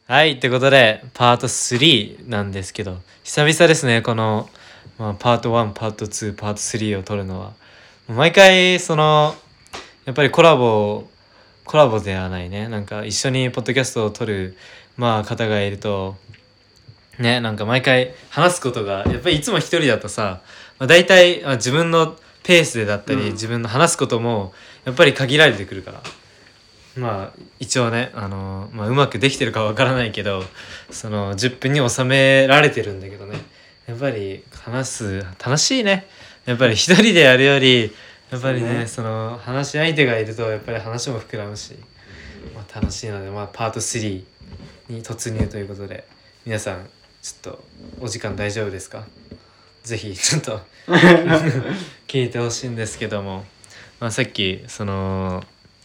はい、ってことで、パート3なんですけど、久々ですね、この、パート1、パート2、パート3を撮るのは。毎回、やっぱりコラボではないね、なんか一緒にポッドキャストを撮る、方がいると、ね、なんか毎回話すことが、やっぱりいつも一人だとさ、大体、自分のペースでだったり、自分の話すことも、やっぱり限られてくるから。一応ね、うまくできてるかわからないけどその10分に収められてるんだけどね、やっぱり話す楽しいね。やっぱり一人でやるよりやっぱりね、その話し相手がいるとやっぱり話も膨らむし、楽しいので、パート3に突入ということで、皆さんちょっとお時間大丈夫ですか？ぜひちょっと聞いてほしいんですけども、さっきその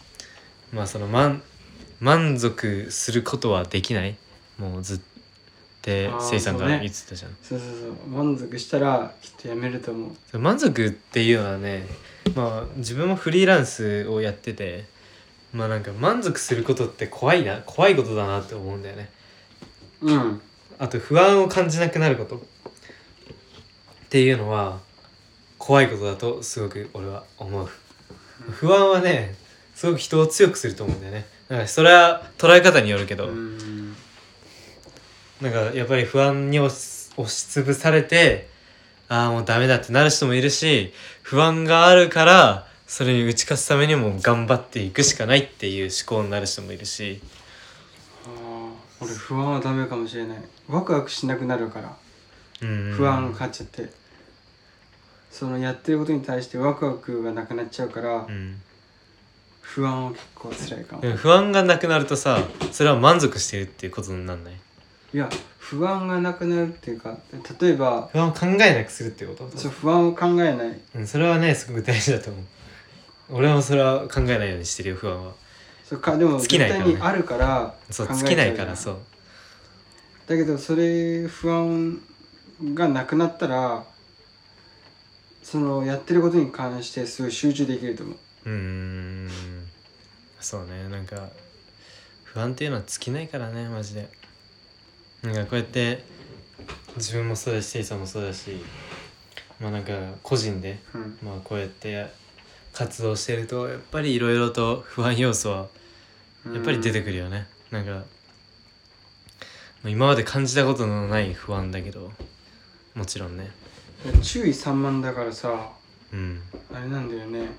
満足することはできない、もうずっとせいさんが言ってたじゃん。 そう満足したらきっとやめると思う。 満足っていうのはね、自分もフリーランスをやってて、なんか満足することって怖いことだなって思うんだよね。あと不安を感じなくなることっていうのは怖いことだとすごく俺は思う。不安はね、すごく人を強くすると思うんだよね。だからそれは捉え方によるけど、なんかやっぱり不安に押しつぶされて、もうダメだってなる人もいるし、不安があるからそれに打ち勝つためにも頑張っていくしかないっていう思考になる人もいるし。 俺不安はダメかもしれない。ワクワクしなくなるから、不安が勝っちゃって、そのやってることに対してワクワクがなくなっちゃうから、不安は結構辛いかも。 不安がなくなるとさ、それは満足してるっていうことになんない？ いや、不安がなくなるっていうか、例えば不安を考えなくするってこと？ そう、不安を考えない、 それはねすごく大事だと思う。俺もそれは考えないようにしてるよ、不安は。 でも絶対にあるからそう、尽きないから。そうだけど、それ不安がなくなったら、そのやってることに関してすごい集中できると思う。 そうね、なんか不安っていうのは尽きないからね、マジで。なんかこうやって自分もそうだし、テイさんもそうだし、なんか個人で、こうやって活動してるとやっぱりいろいろと不安要素はやっぱり出てくるよね。なんか今まで感じたことのない不安だけど、もちろんね、 注意散漫だからさ、あれなんだよね。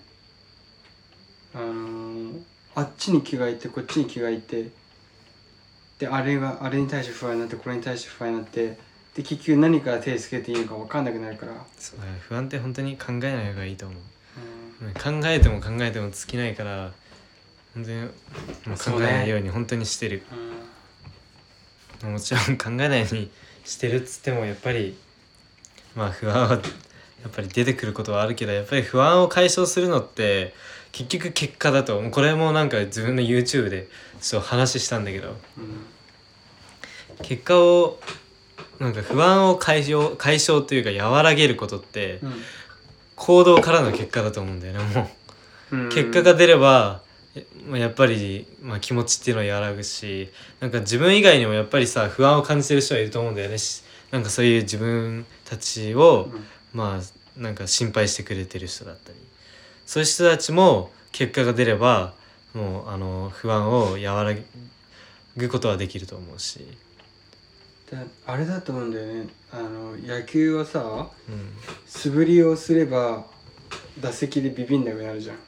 あっちに気がいてこっちに気がいて、であれに対して不安になって、これに対して不安になって、で結局何から手つけていいのか分かんなくなるから。 そうだね、不安って本当に考えない方がいいと思う。考えても考えても尽きないから、本当にもう考えないように本当にしてる。もちろん考えないようにしてるっつってもやっぱり不安はやっぱり出てくることはあるけど、やっぱり不安を解消するのって結局結果だと。これもなんか自分の YouTube でちょっと話したんだけど、結果をなんか不安を解消というか和らげることって、行動からの結果だと思うんだよね。もう結果が出ればやっぱり、気持ちっていうのは和らぐし、なんか自分以外にもやっぱりさ、不安を感じてる人はいると思うんだよね。なんかそういう自分たちを、なんか心配してくれてる人だったり、そういう人たちも結果が出ればもう不安を和らぐことはできると思うし。 あれだと思うんだよね。野球はさ、素振りをすれば打席でビビんなくなるじゃん。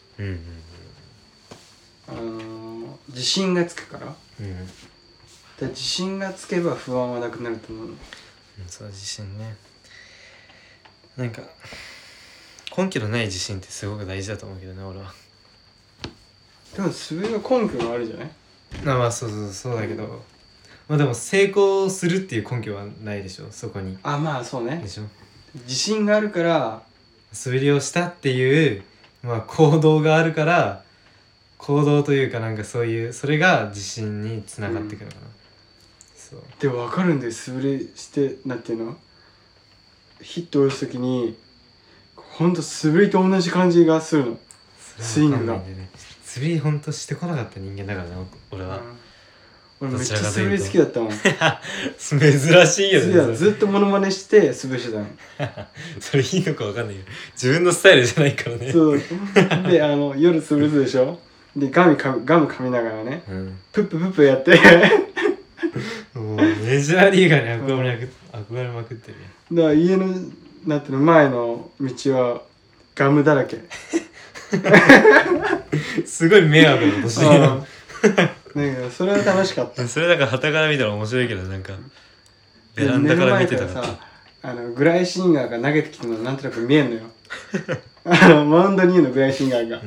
自信がつくから、自信がつけば不安はなくなると思う。 そう、自信ね。なんか根拠のない自信ってすごく大事だと思うけどね、俺は。 でも素振りは根拠があるじゃない。 そうだけど、でも成功するっていう根拠はないでしょ、そこに。 そうね。 でしょ。 自信があるから素振りをしたっていう、行動があるから、行動というかなんかそういう、それが自信につながってくるのかな。そうでも分かるんだよ。素振りしてなんていうの、ヒットを打つ時にほんと素振りと同じ感じがするの、スイングが。 素振りほんとしてこなかった人間だからね、俺は。 俺めっちゃどちらかと素振りいうと好きだったもん珍しいよねずっとモノマネして素振りしてたのそれいいのか分かんないけど自分のスタイルじゃないからねそうで夜素振りするでしょでガム噛みながらね、プッププップやってもうメジャーリーガーに憧れまくってるだから家のなんていうの前の道はガムだらけすごい迷惑なことしてるよなんかそれは楽しかったそれだから傍から見たら面白いけどなんかベランダから見てたからさグライシンガーが投げてきたのなんとなく見えんのよマウンドにいるのグライシンガーが、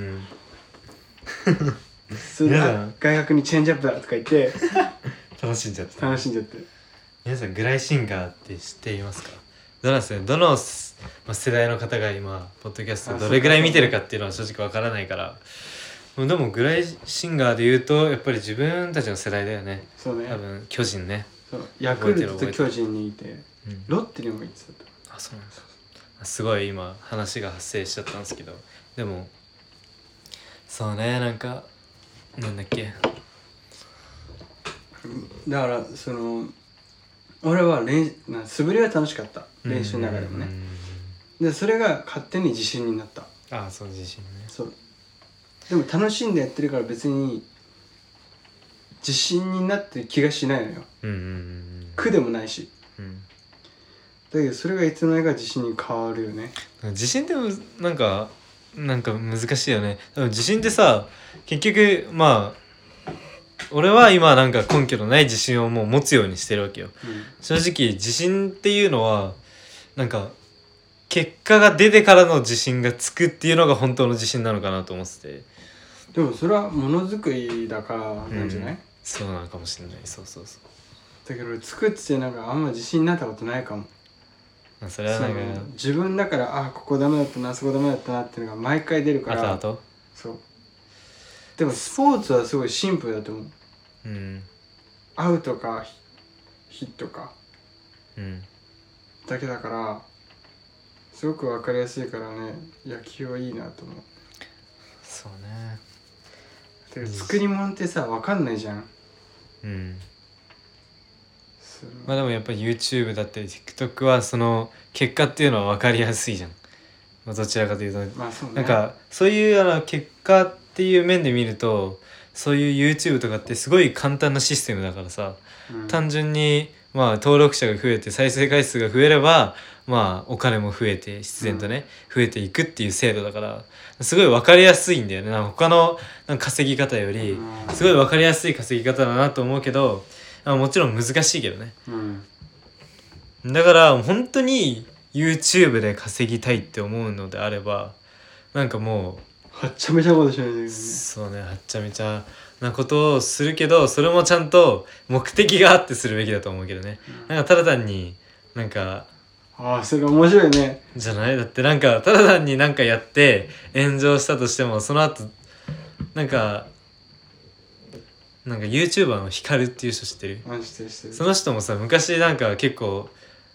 それで外角にチェンジアップだとか言って楽しんじゃって皆さんグライシンガーって知っていますか？どの世代の方が今ポッドキャストどれぐらい見てるかっていうのは正直わからないからでもグライシンガーで言うとやっぱり自分たちの世代だよね。 そうね。 多分巨人ね。 そうヤクルトと巨人にいて、ロッテにも行ってた。 あ、そうなんです。すごい今話が発生しちゃったんですけどでもそうねなんかなんだっけだから俺は素振りは楽しかった練習の中でもねでそれが勝手に自信になった。 ああそう自信ね。 そうでも楽しんでやってるから別に自信になってる気がしないのよ、苦でもないし、だけどそれがいつの間にか自信に変わるよね。 自信ってなんか難しいよね。でも自信ってさ結局まあ俺は今なんか根拠のない自信をもう持つようにしてるわけよ、正直自信っていうのはなんか結果が出てからの自信がつくっていうのが本当の自信なのかなと思ってて。 でもそれはものづくりだからなんじゃない、 そうなのかもしれない。そうだけど俺作ってなんかあんま自信になったことないかも。 それはなんか自分だからここダメだったなあそこダメだったなっていうのが毎回出るから後々 そうでもスポーツはすごいシンプルだと思う、アウトかヒットか、だけだからすごく分かりやすいからね野球はいいなと思う。 そうね。 で作り物ってさ分かんないじゃん。 まあでもやっぱり YouTube だったり TikTok はその結果っていうのは分かりやすいじゃん、どちらかというと、 そうね、 なんかそういう結果っていう面で見るとそういう YouTube とかってすごい簡単なシステムだからさ、単純に登録者が増えて再生回数が増えればお金も増えて必然とね、増えていくっていう制度だからすごい分かりやすいんだよね。他の稼ぎ方よりすごい分かりやすい稼ぎ方だなと思うけどもちろん難しいけどね、だから本当に YouTube で稼ぎたいって思うのであればなんかもうはっちゃめちゃことしないといけないね。 そうね、はっちゃめちゃなことをするけどそれもちゃんと目的があってするべきだと思うけどね、なんかただ単にそれ面白いね。 じゃない？だってただ単にやって炎上したとしてもその後YouTuber のヒカルっていう人知ってる？ 知ってる。 その人もさ昔結構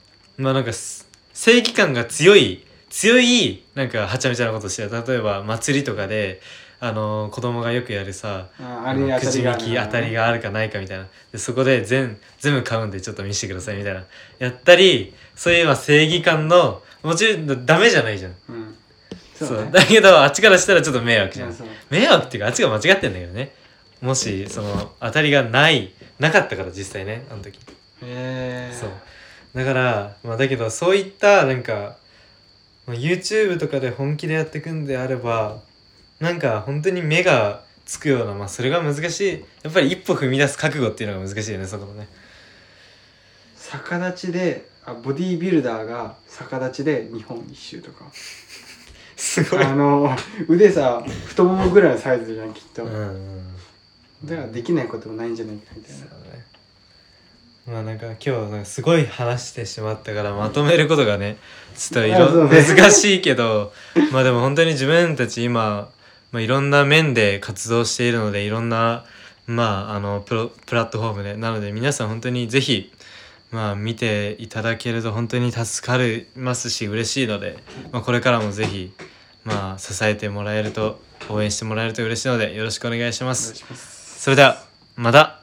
正義感が強いはちゃめちゃなことしてた。例えば祭りとかで子供がよくやるさくじ引き当たりがあるかないかみたいなでそこで全部買うんでちょっと見せてくださいみたいなやったりそういう正義感のもちろんダメじゃないじゃん、そうだけどあっちからしたらちょっと迷惑じゃん、迷惑っていうかあっちが間違ってんだけどね。もしその当たりがなかったから実際ねあの時そうだからだけどそういったYouTube とかで本気でやっていくんであれば本当に目がつくようなそれが難しい。やっぱり一歩踏み出す覚悟っていうのが難しいよね。そこのね逆立ちでボディービルダーが逆立ちで日本一周とかすごい腕さ太ももぐらいのサイズじゃんきっと、だからできないこともないんじゃないかみたいな。 今日すごい話してしまったからまとめることがねちょっと難しいけどでも本当に自分たち今、いろんな面で活動しているのでいろんなプラットフォームでなので皆さん本当にぜひ見ていただけると本当に助かりますし嬉しいので、これからもぜひ支えてもらえると応援してもらえると嬉しいのでよろしくお願いします。それではまた